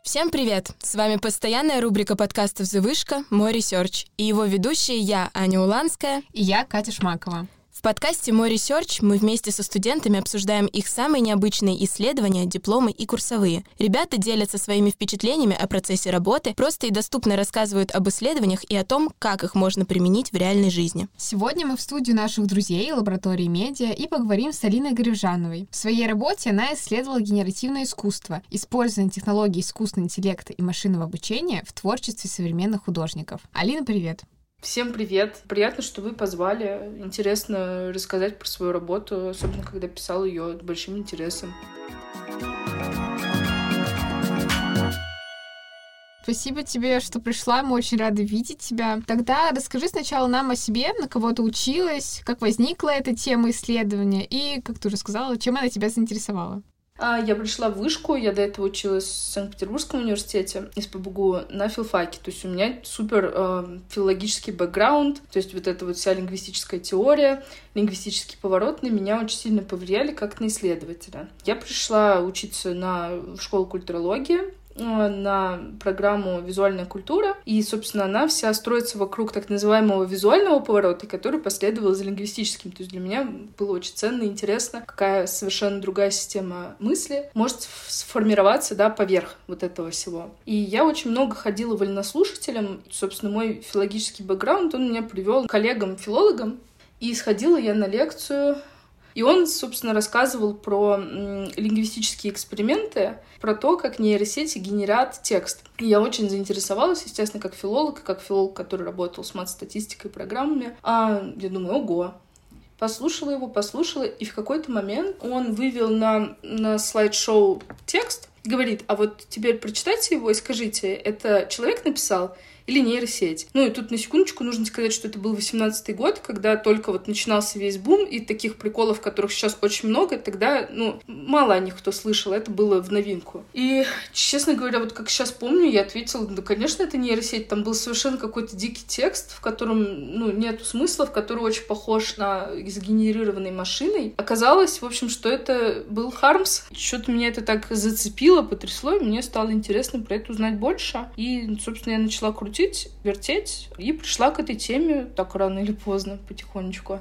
Всем привет! С вами постоянная рубрика подкастов «The Вышка» «Мой ресерч» и его ведущие я, Аня Уланская, и я, Катя Шмакова. В подкасте «Мой ресерч» мы вместе со студентами обсуждаем их самые необычные исследования, дипломы и курсовые. Ребята делятся своими впечатлениями о процессе работы, просто и доступно рассказывают об исследованиях и о том, как их можно применить в реальной жизни. Сегодня мы в студию наших друзей лаборатории медиа и поговорим с Алиной Грижановой. В своей работе она исследовала генеративное искусство, использование технологий искусственного интеллекта и машинного обучения в творчестве современных художников. Алина, привет! Всем привет! Приятно, что вы позвали. Интересно рассказать про свою работу, особенно когда писал ее с большим интересом. Спасибо тебе, что пришла. Мы очень рады видеть тебя. Тогда расскажи сначала нам о себе, на кого ты училась, как возникла эта тема исследования и, как ты уже сказала, чем она тебя заинтересовала. Я пришла в вышку, я до этого училась в Санкт-Петербургском университете, СПбГУ, на филфаке. То есть у меня супер филологический бэкграунд, то есть вот эта вот вся лингвистическая теория, лингвистический поворот на меня очень сильно повлияли как на исследователя. Я пришла учиться в школу культурологии, на программу «Визуальная культура», и, собственно, она вся строится вокруг так называемого визуального поворота, который последовал за лингвистическим. То есть для меня было очень ценно и интересно, какая совершенно другая система мысли может сформироваться, поверх вот этого всего. И я очень много ходила вольнослушателем. Собственно, мой филологический бэкграунд, он меня привел к коллегам-филологам, и сходила я на лекцию. И он, собственно, рассказывал про лингвистические эксперименты, про то, как нейросети генерят текст. И я очень заинтересовалась, естественно, как филолог, который работал с мат-статистикой и программами. Я думаю, ого. Послушала его, и в какой-то момент он вывел на слайд-шоу текст и говорит: а вот теперь прочитайте его и скажите, это человек написал или нейросеть? И тут на секундочку нужно сказать, что это был 18-й год, когда только вот начинался весь бум, и таких приколов, которых сейчас очень много, тогда, мало о них кто слышал, это было в новинку. И, честно говоря, вот как сейчас помню, я ответила: да, конечно, это нейросеть. Там был совершенно какой-то дикий текст, в котором, нету смысла, в который очень похож на сгенерированной машиной. Оказалось, в общем, что это был Хармс. Что-то меня это так зацепило, потрясло, и мне стало интересно про это узнать больше. И, собственно, я начала крутить, вертеть, и пришла к этой теме так рано или поздно, потихонечку.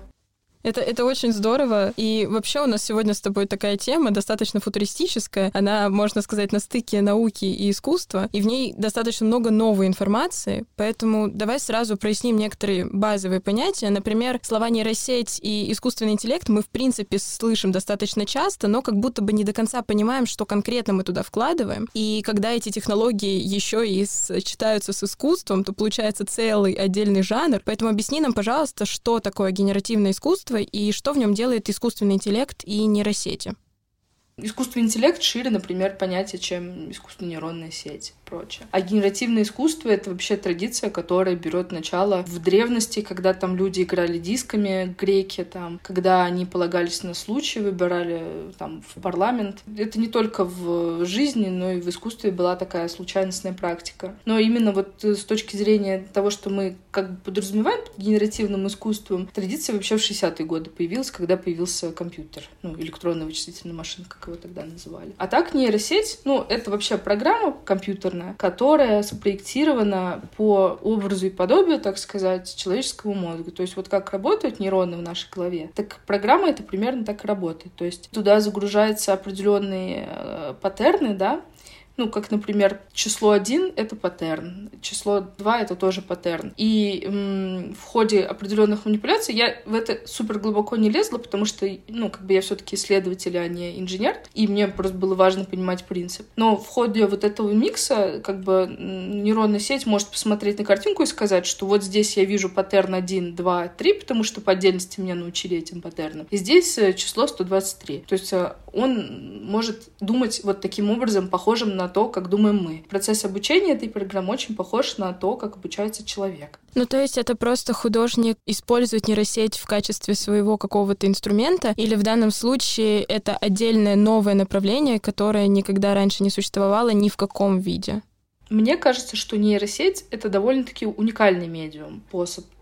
Это очень здорово. И вообще у нас сегодня с тобой такая тема достаточно футуристическая. Она, можно сказать, на стыке науки и искусства. И в ней достаточно много новой информации. Поэтому давай сразу проясним некоторые базовые понятия. Например, слова нейросеть и искусственный интеллект мы, в принципе, слышим достаточно часто, но как будто бы не до конца понимаем, что конкретно мы туда вкладываем. И когда эти технологии еще и сочетаются с искусством, то получается целый отдельный жанр. Поэтому объясни нам, пожалуйста, что такое генеративное искусство и что в нем делает искусственный интеллект и нейросети. Искусственный интеллект шире, например, понятие, чем искусственная нейронная сеть и прочее. А генеративное искусство — это вообще традиция, которая берет начало в древности, когда там люди играли дисками, греки, когда они полагались на случай, выбирали в парламент. Это не только в жизни, но и в искусстве была такая случайностная практика. Но именно вот с точки зрения того, что мы как бы подразумеваем под генеративным искусством, традиция вообще в 60-е годы появилась, когда появился компьютер, электронная вычислительная машина, как его тогда называли. А так нейросеть, это вообще программа компьютерная, которая спроектирована по образу и подобию, так сказать, человеческого мозга. То есть вот как работают нейроны в нашей голове, так программа это примерно так и работает. То есть туда загружаются определенные паттерны, как, например, число 1 — это паттерн, число 2 — это тоже паттерн. И в ходе определенных манипуляций я в это супер глубоко не лезла, потому что, я все-таки исследователь, а не инженер, и мне просто было важно понимать принцип. Но в ходе вот этого микса, нейронная сеть может посмотреть на картинку и сказать, что вот здесь я вижу паттерн 1, 2, 3, потому что по отдельности меня научили этим паттернам. И здесь число 123. То есть он может думать вот таким образом, похожим на то, как думаем мы. Процесс обучения этой программы очень похож на то, как обучается человек. То есть это просто художник использует нейросеть в качестве своего какого-то инструмента, или в данном случае это отдельное новое направление, которое никогда раньше не существовало ни в каком виде? Мне кажется, что нейросеть — это довольно-таки уникальный медиум, способ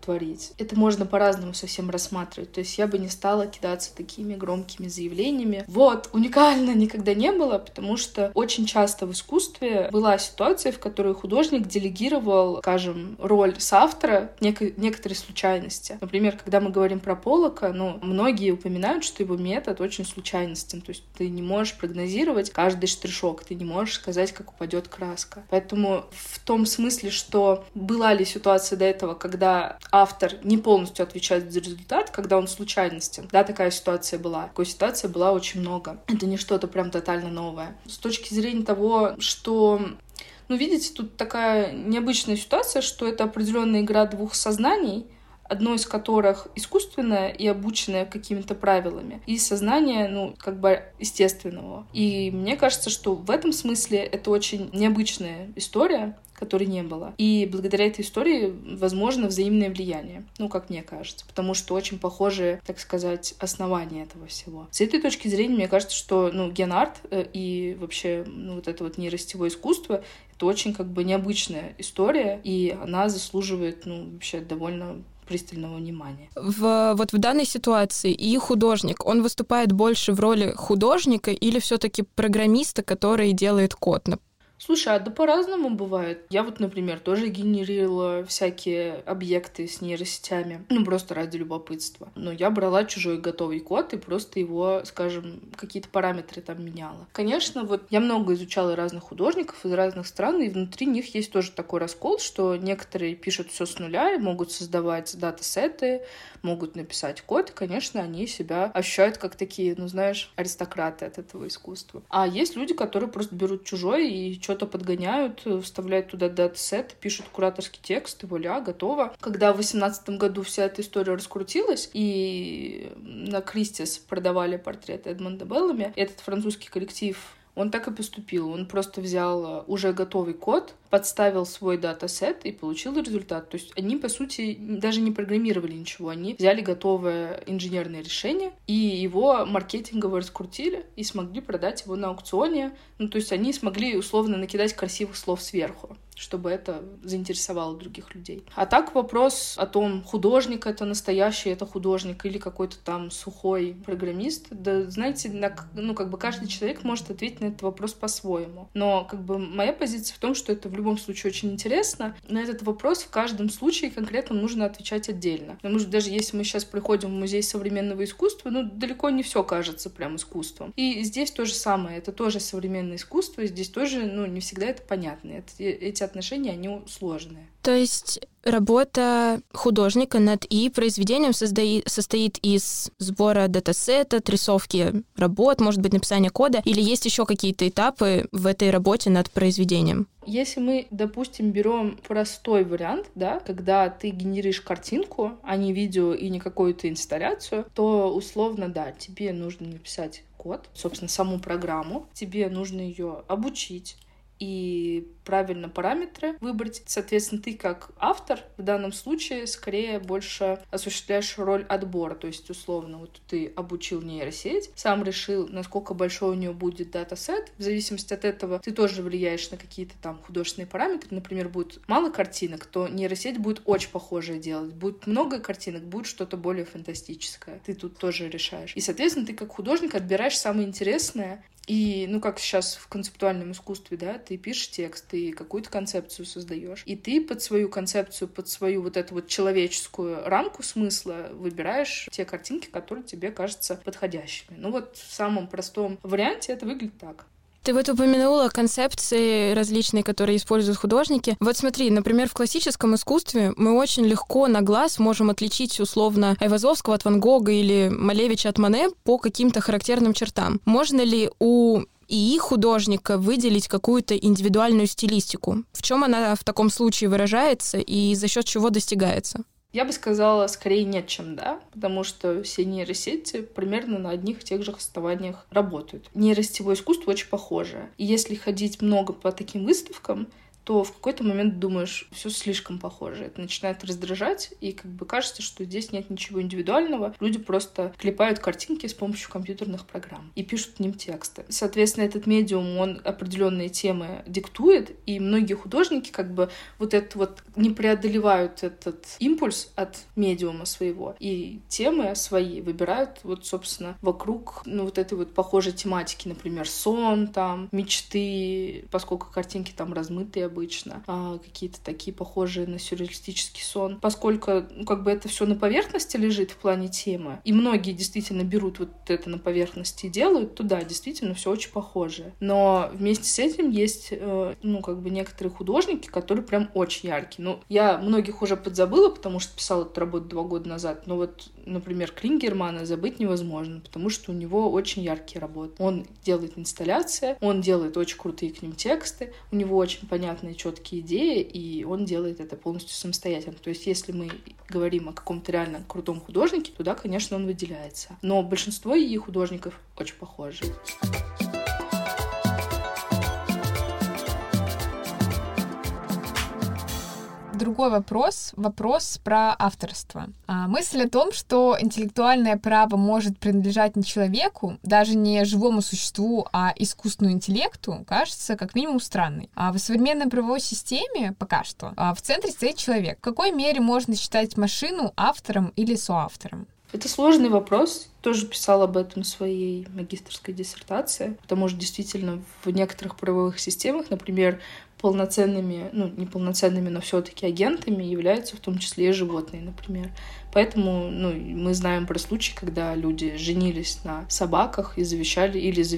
творить. Это можно по-разному совсем рассматривать. То есть я бы не стала кидаться такими громкими заявлениями. Вот, уникально никогда не было, потому что очень часто в искусстве была ситуация, в которой художник делегировал, скажем, роль соавтора некоторой случайности. Например, когда мы говорим про Поллока, многие упоминают, что его метод очень случайностен. То есть ты не можешь прогнозировать каждый штришок, ты не можешь сказать, как упадет краска. Поэтому в том смысле, что была ли ситуация до этого, когда автор не полностью отвечает за результат, когда он случайностен. Да, такая ситуация была. Такой ситуации была очень много. Это не что-то прям тотально новое. С точки зрения того, что... видите, тут такая необычная ситуация, что это определенная игра двух сознаний, одно из которых искусственное и обученное какими-то правилами, и сознание, естественного. И мне кажется, что в этом смысле это очень необычная история, которой не было. И благодаря этой истории возможно взаимное влияние, как мне кажется, потому что очень похожие, так сказать, основания этого всего. С этой точки зрения, мне кажется, что ген-арт и вообще это нейросетевое искусство — это очень необычная история, и она заслуживает вообще довольно пристального внимания. В данной ситуации и художник, он выступает больше в роли художника или все-таки программиста, который делает код? Слушай, да по-разному бывает. Я например, тоже генерировала всякие объекты с нейросетями, просто ради любопытства. Но я брала чужой готовый код и просто его, скажем, какие-то параметры там меняла. Конечно, я много изучала разных художников из разных стран, и внутри них есть тоже такой раскол, что некоторые пишут все с нуля и могут создавать датасеты, могут написать код, и, конечно, они себя ощущают как такие, аристократы от этого искусства. А есть люди, которые просто берут чужой и что-то подгоняют, вставляют туда датасет, пишут кураторский текст, и вуаля, готово. Когда в 2018 году вся эта история раскрутилась, и на Кристис продавали портрет Эдмонда Беллами, этот французский коллектив, он так и поступил. Он просто взял уже готовый код, подставил свой датасет и получил результат. То есть они, по сути, даже не программировали ничего. Они взяли готовое инженерное решение и его маркетингово раскрутили и смогли продать его на аукционе. То есть они смогли условно накидать красивых слов сверху, чтобы это заинтересовало других людей. А так вопрос о том, художник это настоящий, это художник или какой-то там сухой программист, да, знаете, каждый человек может ответить на этот вопрос по-своему. Но моя позиция в том, что это в любом случае очень интересно. На этот вопрос в каждом случае конкретно нужно отвечать отдельно. Потому что даже если мы сейчас приходим в музей современного искусства, далеко не все кажется прям искусством. И здесь то же самое. Это тоже современное искусство, и здесь тоже, не всегда это понятно. Эти отношения, они сложные. То есть работа художника над произведением состоит из сбора датасета, отрисовки работ, может быть, написания кода, или есть еще какие-то этапы в этой работе над произведением? Если мы, допустим, берем простой вариант, да, когда ты генеришь картинку, а не видео и не какую-то инсталляцию, то условно, да, тебе нужно написать код, собственно, саму программу, тебе нужно ее обучить и правильно параметры выбрать. Соответственно, ты как автор в данном случае скорее больше осуществляешь роль отбора. То есть, условно, ты обучил нейросеть, сам решил, насколько большой у нее будет датасет. В зависимости от этого ты тоже влияешь на какие-то там художественные параметры. Например, будет мало картинок, то нейросеть будет очень похожее делать. Будет много картинок, будет что-то более фантастическое. Ты тут тоже решаешь. И, соответственно, ты как художник отбираешь самое интересное. И, как сейчас в концептуальном искусстве, да, ты пишешь текст, ты какую-то концепцию создаешь, и ты под свою концепцию, под свою эту человеческую рамку смысла выбираешь те картинки, которые тебе кажутся подходящими. В самом простом варианте это выглядит так. Ты упомянула концепции различные, которые используют художники. Смотри, например, в классическом искусстве мы очень легко на глаз можем отличить условно Айвазовского от Ван Гога или Малевича от Мане по каким-то характерным чертам. Можно ли у художника выделить какую-то индивидуальную стилистику? В чем она в таком случае выражается и за счет чего достигается? Я бы сказала, скорее нет, чем да, потому что все нейросети примерно на одних и тех же основаниях работают. Нейросетевое искусство очень похоже. И если ходить много по таким выставкам, то в какой-то момент думаешь, все слишком похоже. Это начинает раздражать, и как бы кажется, что здесь нет ничего индивидуального. Люди просто клепают картинки с помощью компьютерных программ и пишут к ним тексты. Соответственно, этот медиум, он определенные темы диктует, и многие художники как бы вот это вот не преодолевают этот импульс от медиума своего, и темы свои выбирают вот, собственно, вокруг вот этой вот похожей тематики, например, сон, там, мечты, поскольку картинки там размытые обычно, какие-то такие похожие на сюрреалистический сон. Поскольку как бы это все на поверхности лежит в плане темы, и многие действительно берут вот это на поверхности и делают, то да, действительно все очень похоже. Но вместе с этим есть, как бы некоторые художники, которые прям очень яркие. Я многих уже подзабыла, потому что писала эту работу 2 года назад, но вот, например, Клингермана забыть невозможно, потому что у него очень яркие работы. Он делает инсталляции, он делает очень крутые к ним тексты, у него очень понятные, четкие идеи, и он делает это полностью самостоятельно. То есть, если мы говорим о каком-то реально крутом художнике, то да, конечно, он выделяется. Но большинство и художников очень похожи. Другой вопрос про авторство. Мысль о том, что интеллектуальное право может принадлежать не человеку, даже не живому существу, а искусственному интеллекту, кажется как минимум странной. В современной правовой системе пока что в центре стоит человек. В какой мере можно считать машину автором или соавтором? Это сложный вопрос. Тоже писала об этом в своей магистерской диссертации, потому что действительно в некоторых правовых системах, например, полноценными, неполноценными, но все-таки агентами являются в том числе и животные, например. Поэтому мы знаем про случаи, когда люди женились на собаках и завещали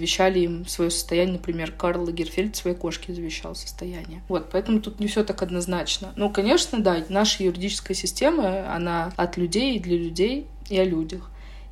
им свое состояние. Например, Карл Лагерфельд своей кошке завещал состояние. Поэтому тут не все так однозначно. Но, конечно, да, наша юридическая система, она от людей и для людей и о людях.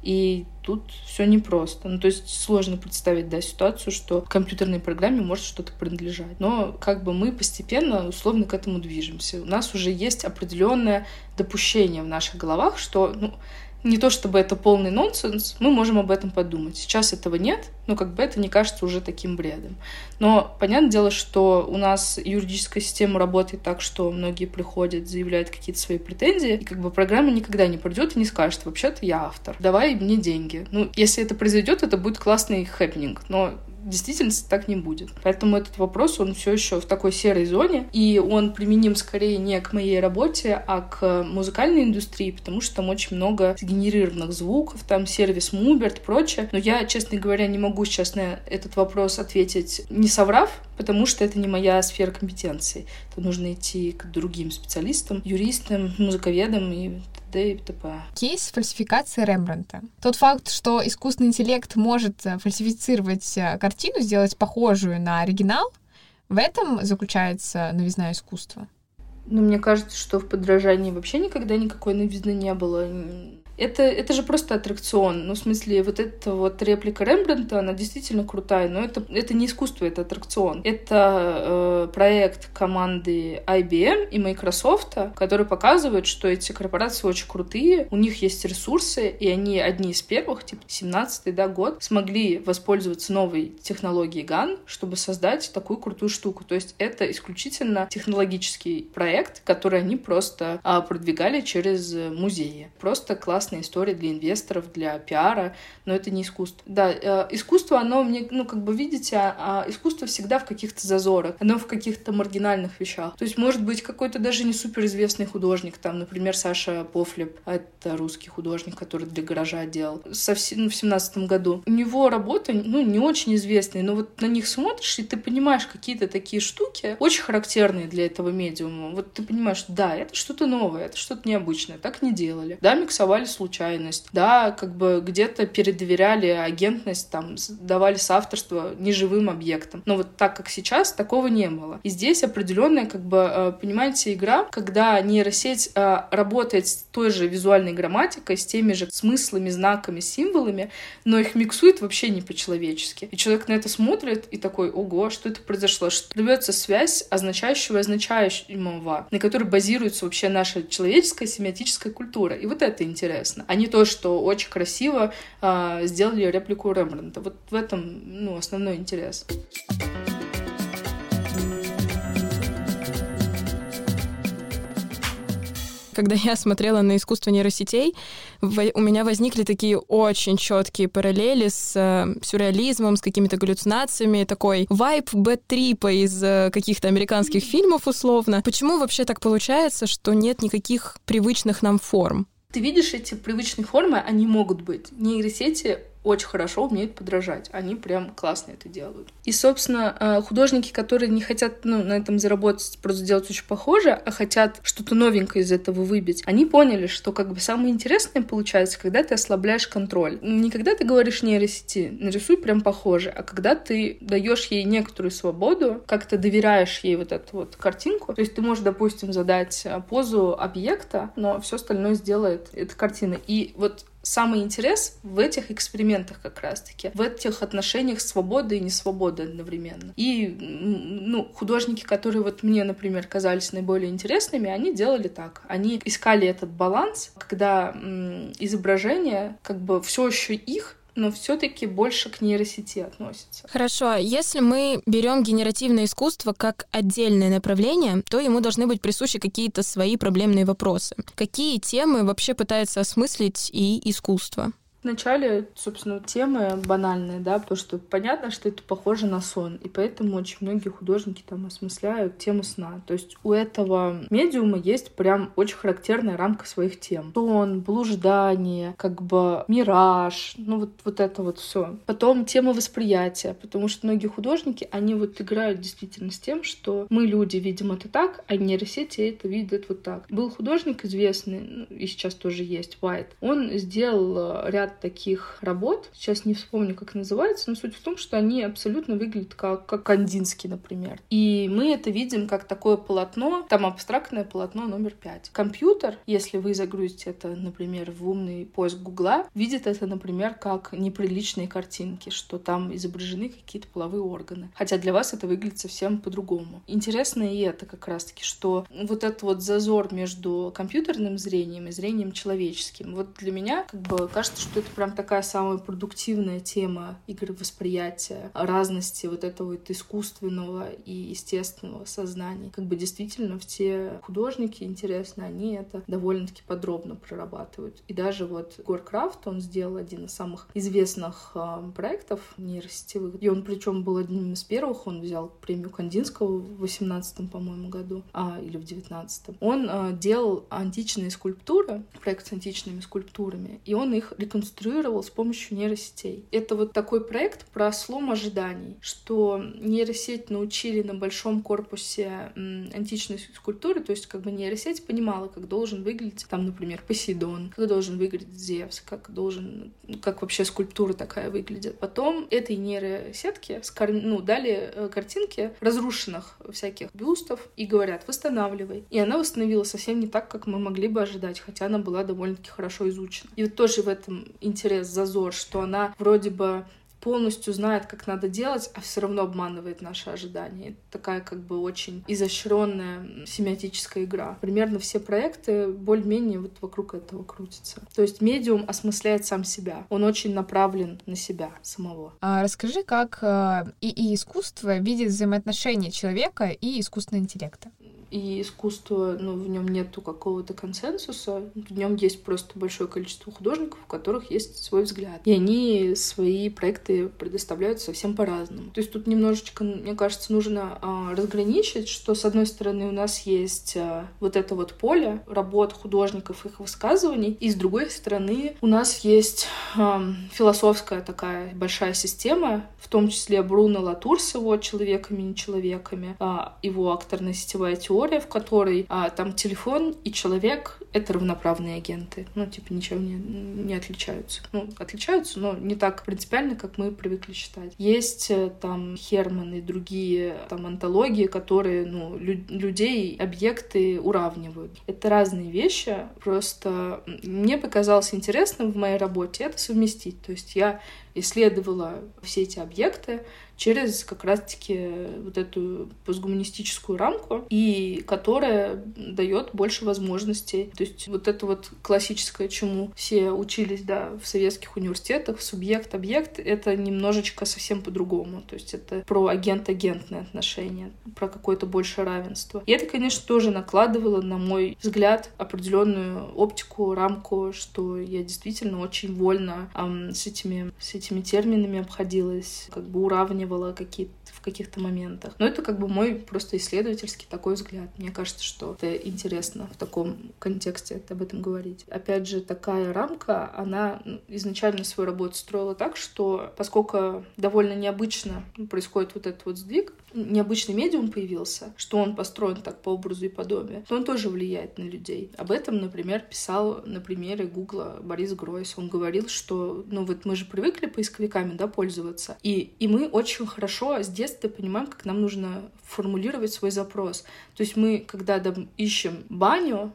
И тут все непросто. То есть сложно представить, ситуацию, что компьютерной программе может что-то принадлежать. Но как бы мы постепенно, условно к этому движемся. У нас уже есть определенное допущение в наших головах, что, не то чтобы это полный нонсенс, мы можем об этом подумать. Сейчас этого нет, но как бы это не кажется уже таким бредом. Но понятное дело, что у нас юридическая система работает так, что многие приходят, заявляют какие-то свои претензии, и как бы программа никогда не придет и не скажет: вообще-то я автор, давай мне деньги. Если это произойдет, это будет классный хэппининг, но в действительности так не будет. Поэтому этот вопрос, он все еще в такой серой зоне, и он применим скорее не к моей работе, а к музыкальной индустрии, потому что там очень много сгенерированных звуков, там сервис Муберт и прочее. Но я, честно говоря, не могу сейчас на этот вопрос ответить, не соврав, потому что это не моя сфера компетенции. Это нужно идти к другим специалистам, юристам, музыковедам и т.д. и т.п. Кейс фальсификации Рембрандта. Тот факт, что искусственный интеллект может фальсифицировать картину, сделать похожую на оригинал, в этом заключается новизна искусства. Мне кажется, что в подражании вообще никогда никакой новизны не было. Это же просто аттракцион. В смысле, вот эта вот реплика Рембрандта, она действительно крутая, но это не искусство, это аттракцион. Это проект команды IBM и Microsoft, который показывает, что эти корпорации очень крутые, у них есть ресурсы, и они одни из первых, 17-й год, смогли воспользоваться новой технологией GAN, чтобы создать такую крутую штуку. То есть это исключительно технологический проект, который они просто продвигали через музеи. Просто классная история для инвесторов, для пиара, но это не искусство. Да, искусство, оно мне, видите, искусство всегда в каких-то зазорах, оно в каких-то маргинальных вещах. То есть, может быть, какой-то даже не суперизвестный художник, там, например, Саша Пофлеб, это русский художник, который для гаража делал, в 17-м году. У него работы, не очень известные, но вот на них смотришь, и ты понимаешь какие-то такие штуки, очень характерные для этого медиума. Вот ты понимаешь, да, это что-то новое, это что-то необычное, так не делали. Да, миксовали случайность, да, где-то передоверяли агентность, там, давали соавторство неживым объектам. Но вот так, как сейчас, такого не было. И здесь определенная, понимаете, игра, когда нейросеть работает с той же визуальной грамматикой, с теми же смыслами, знаками, символами, но их миксует вообще не по-человечески. И человек на это смотрит и такой: ого, что это произошло? Что дается связь означающего и означающего, на которой базируется вообще наша человеческая семиотическая культура. И вот это интересно. А не то, что очень красиво сделали реплику Рембрандта. Вот в этом, основной интерес. Когда я смотрела на искусство нейросетей, у меня возникли такие очень четкие параллели с сюрреализмом, с какими-то галлюцинациями, такой вайб бэд-трипа из каких-то американских фильмов условно. Почему вообще так получается, что нет никаких привычных нам форм? Ты видишь эти привычные формы, они могут быть. Нейросети очень хорошо умеют подражать. Они прям классно это делают. И, собственно, художники, которые не хотят на этом заработать, просто сделать очень похоже, а хотят что-то новенькое из этого выбить, они поняли, что как бы самое интересное получается, когда ты ослабляешь контроль. Не когда ты говоришь нейросети, нарисуй прям похоже, а когда ты даешь ей некоторую свободу, как-то доверяешь ей вот эту вот картинку. То есть ты можешь, допустим, задать позу объекта, но все остальное сделает эта картина. И вот самый интерес в этих экспериментах как раз-таки, в этих отношениях свободы и несвободы одновременно. И художники, которые вот мне, например, казались наиболее интересными, они делали так. Они искали этот баланс, когда изображение как бы все еще их, но все-таки больше к нейросети относится. Хорошо, если мы берем генеративное искусство как отдельное направление, то ему должны быть присущи какие-то свои проблемные вопросы. Какие темы вообще пытается осмыслить и искусство? Вначале, собственно, темы банальные, да, потому что понятно, что это похоже на сон, и поэтому очень многие художники там осмысляют тему сна. То есть у этого медиума есть прям очень характерная рамка своих тем. Сон, блуждание, как бы мираж, вот это вот все. Потом тема восприятия, потому что многие художники, они вот играют действительно с тем, что мы, люди, видим это так, а нейросети это видят вот так. Был художник известный, и сейчас тоже есть, White. Он сделал ряд таких работ, сейчас не вспомню, как называется, но суть в том, что они абсолютно выглядят как Кандинский, например. И мы это видим как такое полотно, там абстрактное полотно номер 5. Компьютер, если вы загрузите это, например, в умный поиск Гугла, видит это, например, как неприличные картинки, что там изображены какие-то половые органы. Хотя для вас это выглядит совсем по-другому. Интересно и это как раз-таки, что вот этот вот зазор между компьютерным зрением и зрением человеческим. Вот для меня как бы кажется, что это прям такая самая продуктивная тема игры восприятия, разности вот этого вот искусственного и естественного сознания. Как бы действительно все художники интересные, они это довольно-таки подробно прорабатывают. И даже вот Егор Крафт, он сделал один из самых известных проектов нейросетевых, и он причем был одним из первых, он взял премию Кандинского в 18-м, по-моему, году, или в 19-м. Он делал античные скульптуры, проект с античными скульптурами, и он их реконструировал с помощью нейросетей. Это вот такой проект про слом ожиданий, что нейросеть научили на большом корпусе античной скульптуры, то есть как бы нейросеть понимала, как должен выглядеть там, например, Посейдон, как должен выглядеть Зевс, как вообще скульптура такая выглядит. Потом этой нейросетке дали картинки разрушенных всяких бюстов и говорят, восстанавливай. И она восстановила совсем не так, как мы могли бы ожидать, хотя она была довольно-таки хорошо изучена. И вот тоже в этом интерес, зазор, что она вроде бы полностью знает, как надо делать, а все равно обманывает наши ожидания. Это такая как бы очень изощренная семиотическая игра. Примерно все проекты более-менее вот вокруг этого крутятся. То есть медиум осмысляет сам себя. Он очень направлен на себя самого. Расскажи, как и искусство видит взаимоотношения человека и искусственного интеллекта. И искусство, в нем нету какого-то консенсуса, в нем есть просто большое количество художников, у которых есть свой взгляд. И они свои проекты предоставляют совсем по-разному. То есть тут немножечко, мне кажется, нужно разграничить, что, с одной стороны, у нас есть вот это вот поле работ художников, их высказываний, и, с другой стороны, у нас есть философская такая большая система, в том числе Бруно Латур с его «Человеками, не человеками», его акторно-сетевая теория, в которой там телефон и человек — это равноправные агенты. Ничего не отличаются. Отличаются, но не так принципиально, как мы привыкли считать. Есть там Херман и другие там антологии, которые людей, объекты уравнивают. Это разные вещи. Просто мне показалось интересным в моей работе это совместить. То есть я исследовала все эти объекты через как раз-таки вот эту постгуманистическую рамку, и которая дает больше возможностей. То есть вот это вот классическое, чему все учились, да, в советских университетах, субъект-объект, это немножечко совсем по-другому. То есть это про агент-агентные отношения, про какое-то большее равенство. И это, конечно, тоже накладывало, на мой взгляд, определенную оптику, рамку, что я действительно очень вольно с этими терминами обходилась, как бы уравнивала в каких-то моментах. Но это как бы мой просто исследовательский такой взгляд. Мне кажется, что это интересно в таком контексте об этом говорить. Опять же, такая рамка, она изначально свою работу строила так, что поскольку довольно необычно происходит вот этот вот сдвиг, необычный медиум появился, что он построен так по образу и подобию, то он тоже влияет на людей. Об этом, например, писал на примере Гугла Борис Гройс. Он говорил, что, вот мы же привыкли поисковиками, да, пользоваться, и мы очень хорошо с детства понимаем, как нам нужно формулировать свой запрос. То есть мы, когда ищем баню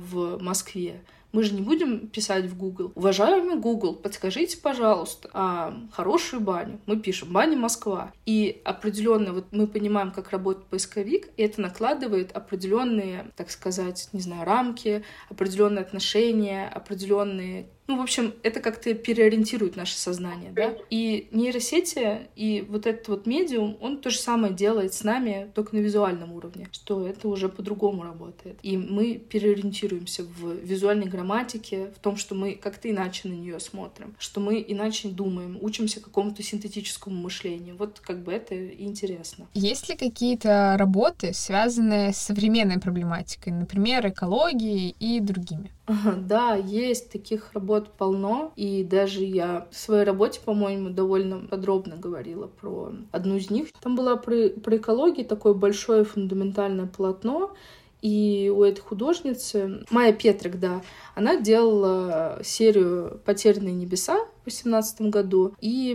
в Москве, мы же не будем писать в Google: уважаемый Google, подскажите, пожалуйста, хорошую баню. Мы пишем «Баня Москва». И определенно вот мы понимаем, как работает поисковик, и это накладывает определенные, так сказать, не знаю, рамки, определенные отношения, определенные... в общем, это как-то переориентирует наше сознание, да? И нейросети, и вот этот вот медиум, он то же самое делает с нами, только на визуальном уровне, что это уже по-другому работает. И мы переориентируемся в визуальной грамматике, в том, что мы как-то иначе на нее смотрим, что мы иначе думаем, учимся какому-то синтетическому мышлению. Вот как бы это интересно. Есть ли какие-то работы, связанные с современной проблематикой, например, экологией и другими? Да, есть таких работ полно, и даже я в своей работе, по-моему, довольно подробно говорила про одну из них. Там была про экологию такое большое фундаментальное полотно, и у этой художницы, Майя Петрик, да, она делала серию «Потерянные небеса» в 2018 году,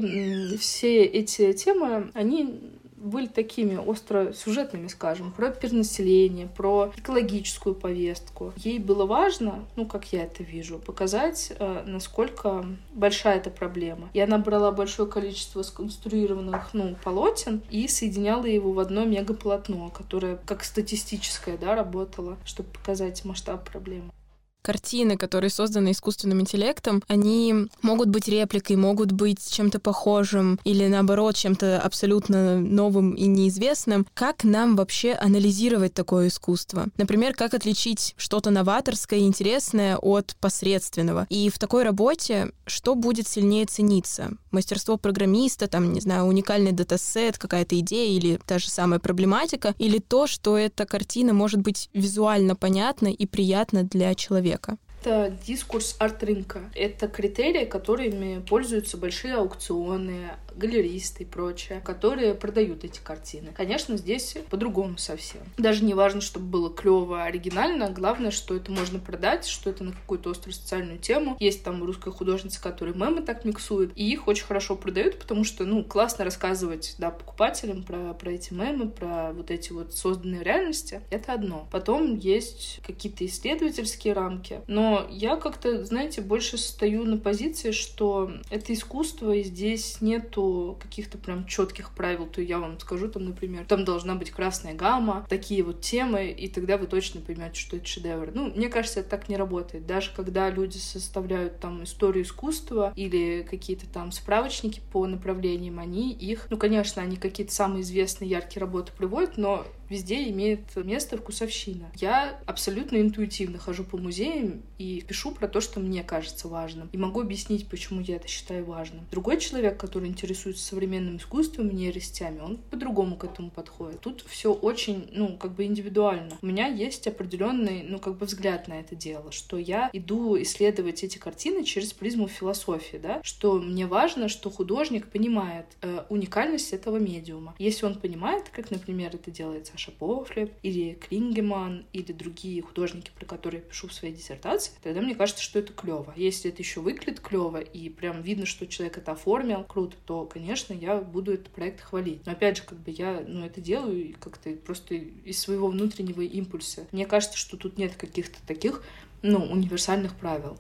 и все эти темы, они были такими остросюжетными, скажем, про перенаселение, про экологическую повестку. Ей было важно, как я это вижу, показать, насколько большая эта проблема. И она брала большое количество сконструированных, полотен и соединяла его в одно мегаполотно, которое как статистическое, да, работало, чтобы показать масштаб проблемы. Картины, которые созданы искусственным интеллектом, они могут быть репликой, могут быть чем-то похожим или, наоборот, чем-то абсолютно новым и неизвестным. Как нам вообще анализировать такое искусство? Например, как отличить что-то новаторское и интересное от посредственного? И в такой работе что будет сильнее цениться? Мастерство программиста, уникальный датасет, какая-то идея или та же самая проблематика, или то, что эта картина может быть визуально понятна и приятна для человека? Это дискурс арт-рынка. Это критерии, которыми пользуются большие аукционы, галеристы и прочее, которые продают эти картины. Конечно, здесь по-другому совсем. Даже не важно, чтобы было клево, оригинально, главное, что это можно продать, что это на какую-то острую социальную тему. Есть там русская художница, которая мемы так миксует, и их очень хорошо продают, потому что, классно рассказывать, да, покупателям про эти мемы, про вот эти вот созданные реальности. Это одно. Потом есть какие-то исследовательские рамки, но я как-то, знаете, больше стою на позиции, что это искусство, и здесь нету каких-то прям четких правил, то я вам скажу, например, там должна быть красная гамма, такие вот темы, и тогда вы точно поймете, что это шедевр. Мне кажется, это так не работает. Даже когда люди составляют историю искусства или какие-то справочники по направлениям, они их, конечно, они какие-то самые известные, яркие работы приводят, но везде имеет место вкусовщина. Я абсолютно интуитивно хожу по музеям и пишу про то, что мне кажется важным. И могу объяснить, почему я это считаю важным. Другой человек, который интересуется современным искусством и нейросетями, он по-другому к этому подходит. Тут все очень, индивидуально. У меня есть определенный, взгляд на это дело, что я иду исследовать эти картины через призму философии, да, что мне важно, что художник понимает уникальность этого медиума. Если он понимает, как, например, это делает Саша Пофлеб или Клингеман или другие художники, про которые я пишу в своей диссертации, тогда мне кажется, что это клево. Если это еще выглядит клево и прям видно, что человек это оформил круто, то, конечно, я буду этот проект хвалить. Но опять же, я это делаю как-то просто из своего внутреннего импульса. Мне кажется, что тут нет каких-то таких, универсальных правил.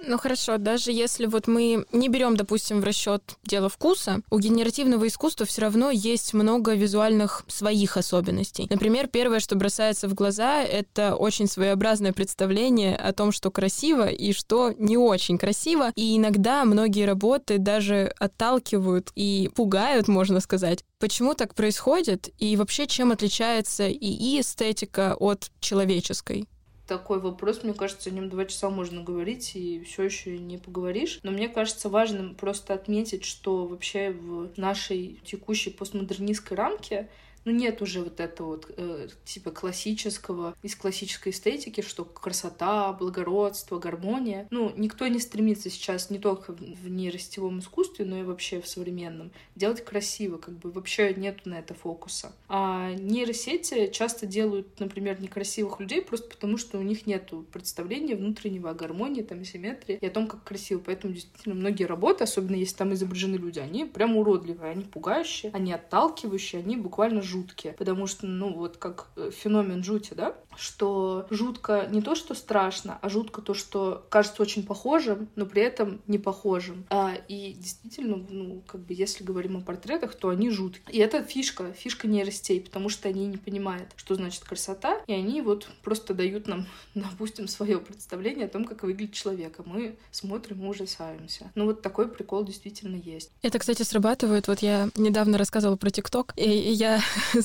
Ну хорошо, даже если вот мы не берем, допустим, в расчет дело вкуса, у генеративного искусства все равно есть много визуальных своих особенностей. Например, первое, что бросается в глаза, это очень своеобразное представление о том, что красиво и что не очень красиво. И иногда многие работы даже отталкивают и пугают, можно сказать. Почему так происходит? И вообще, чем отличается ИИ-эстетика от человеческой? Такой вопрос, мне кажется, о нем 2 часа можно говорить, и все еще не поговоришь. Но мне кажется важным просто отметить, что вообще в нашей текущей постмодернистской рамке нет уже вот этого вот типа классического, из классической эстетики, что красота, благородство, гармония. Никто не стремится сейчас не только в нейросетевом искусстве, но и вообще в современном делать красиво, вообще нету на это фокуса. А нейросети часто делают, например, некрасивых людей просто потому, что у них нету представления внутреннего о гармонии, симметрии и о том, как красиво. Поэтому действительно многие работы, особенно если там изображены люди, они прям уродливые, они пугающие, они отталкивающие, они буквально жуткие, потому что, как феномен жути, да, что жутко не то, что страшно, а жутко то, что кажется очень похожим, но при этом не похожим. И действительно, если говорим о портретах, то они жуткие. И это фишка нейросетей, потому что они не понимают, что значит красота, и они просто дают нам, допустим, свое представление о том, как выглядит человек, а мы смотрим и ужасаемся. Такой прикол действительно есть. Это, кстати, срабатывает. Я недавно рассказывала про ТикТок, и я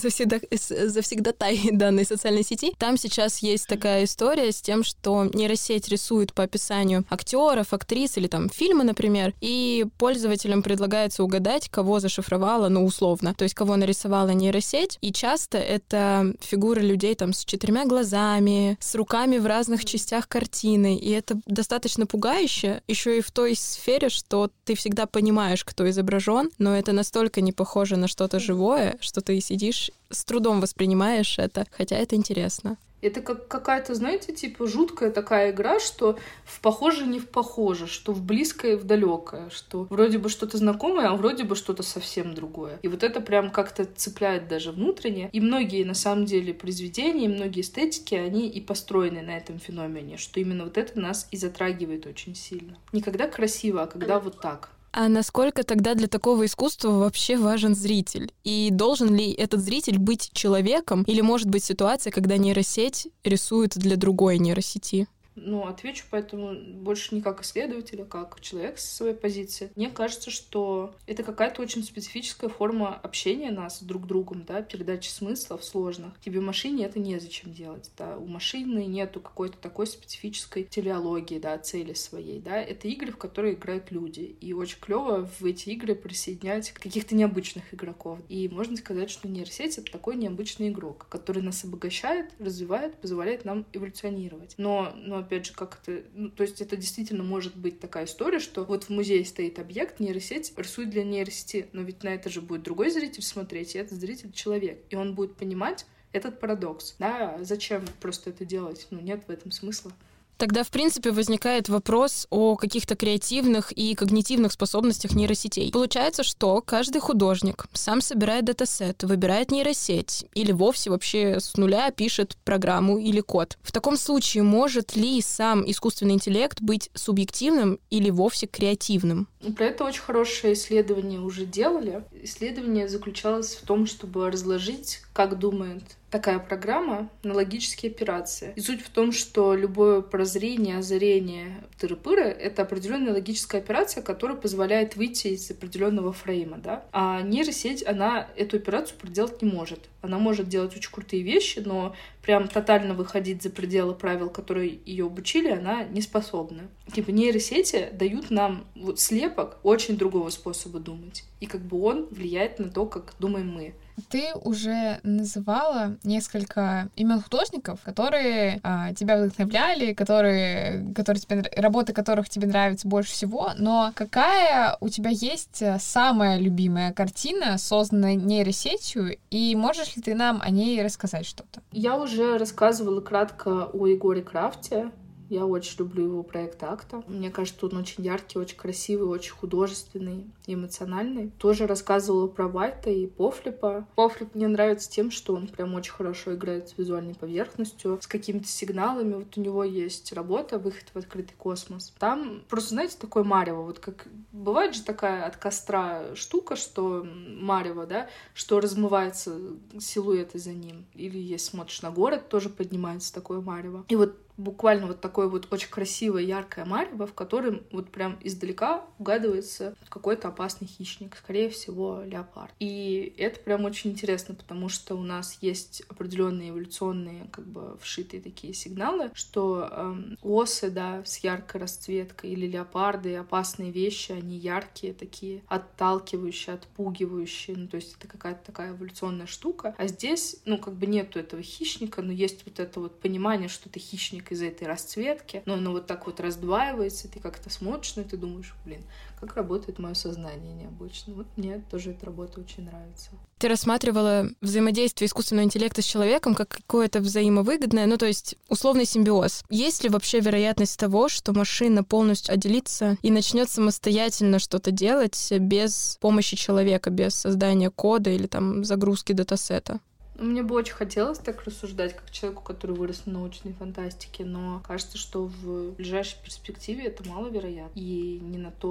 завсегдатай данной социальной сети. Там сейчас есть такая история с тем, что нейросеть рисует по описанию актеров, актрис или фильма, например, и пользователям предлагается угадать, кого зашифровала, условно, то есть кого нарисовала нейросеть. И часто это фигуры людей с 4 глазами, с руками в разных частях картины. И это достаточно пугающе, еще и в той сфере, что ты всегда понимаешь, кто изображен, но это настолько не похоже на что-то живое, что ты сидишь, с трудом воспринимаешь это, хотя это интересно. Это как какая-то, знаете, жуткая такая игра, что в похоже не в похоже, что в близкое и в далекое, что вроде бы что-то знакомое, а вроде бы что-то совсем другое. И это прям как-то цепляет даже внутренне. И многие, на самом деле, произведения, многие эстетики, они и построены на этом феномене, что именно это нас и затрагивает очень сильно. Не когда красиво, а когда так. А насколько тогда для такого искусства вообще важен зритель? И должен ли этот зритель быть человеком? Или может быть ситуация, когда нейросеть рисует для другой нейросети? Отвечу поэтому больше не как исследователь, а как человек со своей позиции. Мне кажется, что это какая-то очень специфическая форма общения нас друг с другом, да, передачи смыслов сложных. Тебе машине это незачем делать, да. У машины нету какой-то такой специфической телеологии, да, цели своей, да. Это игры, в которые играют люди. И очень клево в эти игры присоединять каких-то необычных игроков. И можно сказать, что нейросеть — это такой необычный игрок, который нас обогащает, развивает, позволяет нам эволюционировать. Но опять же, как это... то есть это действительно может быть такая история, что в музее стоит объект, нейросеть рисует для нейросети, но ведь на это же будет другой зритель смотреть, и этот зритель — человек. И он будет понимать этот парадокс. Да, зачем просто это делать? Нет в этом смысла. Тогда, в принципе, возникает вопрос о каких-то креативных и когнитивных способностях нейросетей. Получается, что каждый художник сам собирает датасет, выбирает нейросеть или вовсе вообще с нуля пишет программу или код. В таком случае может ли сам искусственный интеллект быть субъективным или вовсе креативным? Про это очень хорошее исследование уже делали. Исследование заключалось в том, чтобы разложить, как думает такая программа, на логические операции. И суть в том, что любое прозрение, озарение, тыры-пыры — это определенная логическая операция, которая позволяет выйти из определенного фрейма, да. А нейросеть, она эту операцию проделать не может. Она может делать очень крутые вещи, но прям тотально выходить за пределы правил, которые ее обучили, она не способна. Нейросети дают нам слепок очень другого способа думать. И он влияет на то, как думаем мы. Ты уже называла несколько имен художников, которые тебя вдохновляли, работы которых тебе нравятся больше всего, но какая у тебя есть самая любимая картина, созданная нейросетью, и можешь ли ты нам о ней рассказать что-то? Я уже рассказывала кратко о Егоре Крафте. Я очень люблю его проект «Акта». Мне кажется, он очень яркий, очень красивый, очень художественный и эмоциональный. Тоже рассказывала про Вайта и Пофлипа. Пофлип мне нравится тем, что он прям очень хорошо играет с визуальной поверхностью, с какими-то сигналами. Вот у него есть работа «Выход в открытый космос». Там просто, знаете, такое марево. Вот как бывает же такая от костра штука, что марево, да, что размывается силуэты за ним. Или если смотришь на город, тоже поднимается такое марево. И вот буквально вот такое вот очень красивое, яркое марево, в котором вот прям издалека угадывается какой-то опасный хищник, скорее всего, леопард. И это прям очень интересно, потому что у нас есть определенные эволюционные, как бы вшитые такие сигналы, что осы, да, с яркой расцветкой, или леопарды, опасные вещи, они яркие, такие отталкивающие, отпугивающие, ну, то есть это какая-то такая эволюционная штука. А здесь, ну, как бы нету этого хищника, но есть вот это вот понимание, что ты хищник из этой расцветки, но оно вот так вот раздваивается, ты как-то смотришь, и ты думаешь, блин, как работает мое сознание необычно. Вот мне тоже эта работа очень нравится. Ты рассматривала взаимодействие искусственного интеллекта с человеком как какое-то взаимовыгодное, ну то есть условный симбиоз. Есть ли вообще вероятность того, что машина полностью отделится и начнет самостоятельно что-то делать без помощи человека, без создания кода или там загрузки датасета? Мне бы очень хотелось так рассуждать, как человеку, который вырос на научной фантастике, но кажется, что в ближайшей перспективе это маловероятно. И не на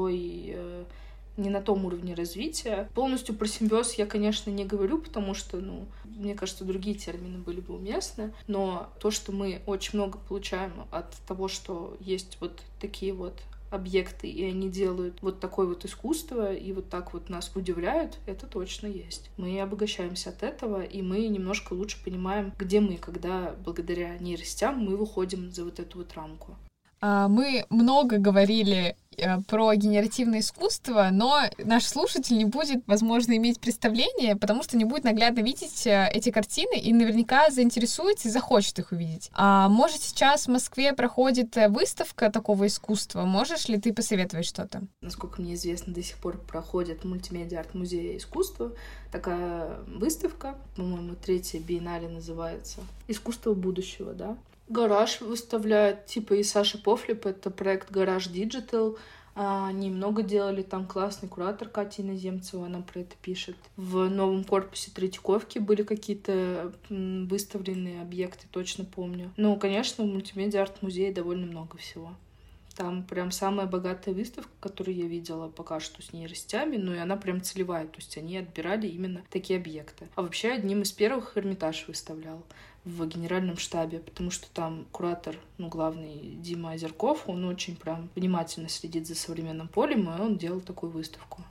том уровне развития. Полностью про симбиоз я, конечно, не говорю, потому что, мне кажется, другие термины были бы уместны. Но то, что мы очень много получаем от того, что есть вот такие вот объекты, и они делают вот такое вот искусство, и вот так вот нас удивляют, это точно есть. Мы обогащаемся от этого, и мы немножко лучше понимаем, где мы, когда благодаря нейросетям мы выходим за вот эту вот рамку. Мы много говорили про генеративное искусство, но наш слушатель не будет, возможно, иметь представление, потому что не будет наглядно видеть эти картины и наверняка заинтересуется и захочет их увидеть. Может, сейчас в Москве проходит выставка такого искусства? Можешь ли ты посоветовать что-то? Насколько мне известно, до сих пор проходит в мультимедиа-арт-музее искусства такая выставка, по-моему, 3-я биеннале называется «Искусство будущего», да? Гараж выставляет, типа и Саша Пофлип, это проект Гараж Digital. Они много делали, там классный куратор Катя Иноземцева, она про это пишет. В новом корпусе Третьяковки были какие-то выставленные объекты, точно помню. Ну, конечно, в мультимедиа-арт-музее довольно много всего. Там прям самая богатая выставка, которую я видела пока что с нейросетями, и она прям целевая, то есть они отбирали именно такие объекты. А вообще одним из первых Эрмитаж выставлял в генеральном штабе, потому что там куратор, главный Дима Озерков, он очень прям внимательно следит за современным полем, и он делал такую выставку.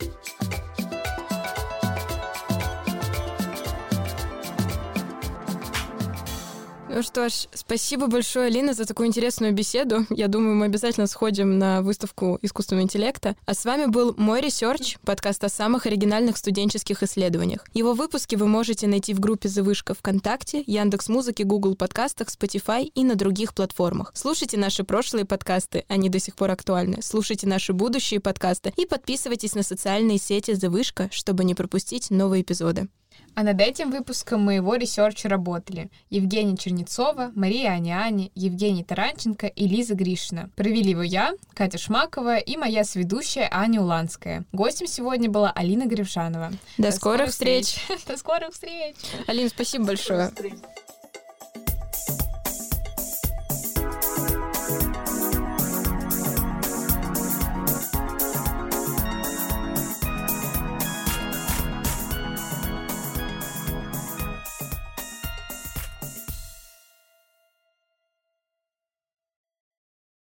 Ну что ж, спасибо большое, Алина, за такую интересную беседу. Я думаю, мы обязательно сходим на выставку искусственного интеллекта. А с вами был «Мой ресерч», подкаст о самых оригинальных студенческих исследованиях. Его выпуски вы можете найти в группе «The Вышка» ВКонтакте, Яндекс.Музыке, Google подкастах, Spotify и на других платформах. Слушайте наши прошлые подкасты, они до сих пор актуальны. Слушайте наши будущие подкасты и подписывайтесь на социальные сети «The Вышка», чтобы не пропустить новые эпизоды. А над этим выпуском моего ресерча работали Евгения Чернецова, Мария Аниани, Евгений Таранченко и Лиза Гришина. Провели его я, Катя Шмакова и моя соведущая Аня Уланская. Гостем сегодня была Алина Гривжанова. До скорых встреч! До скорых встреч! Алина, спасибо большое.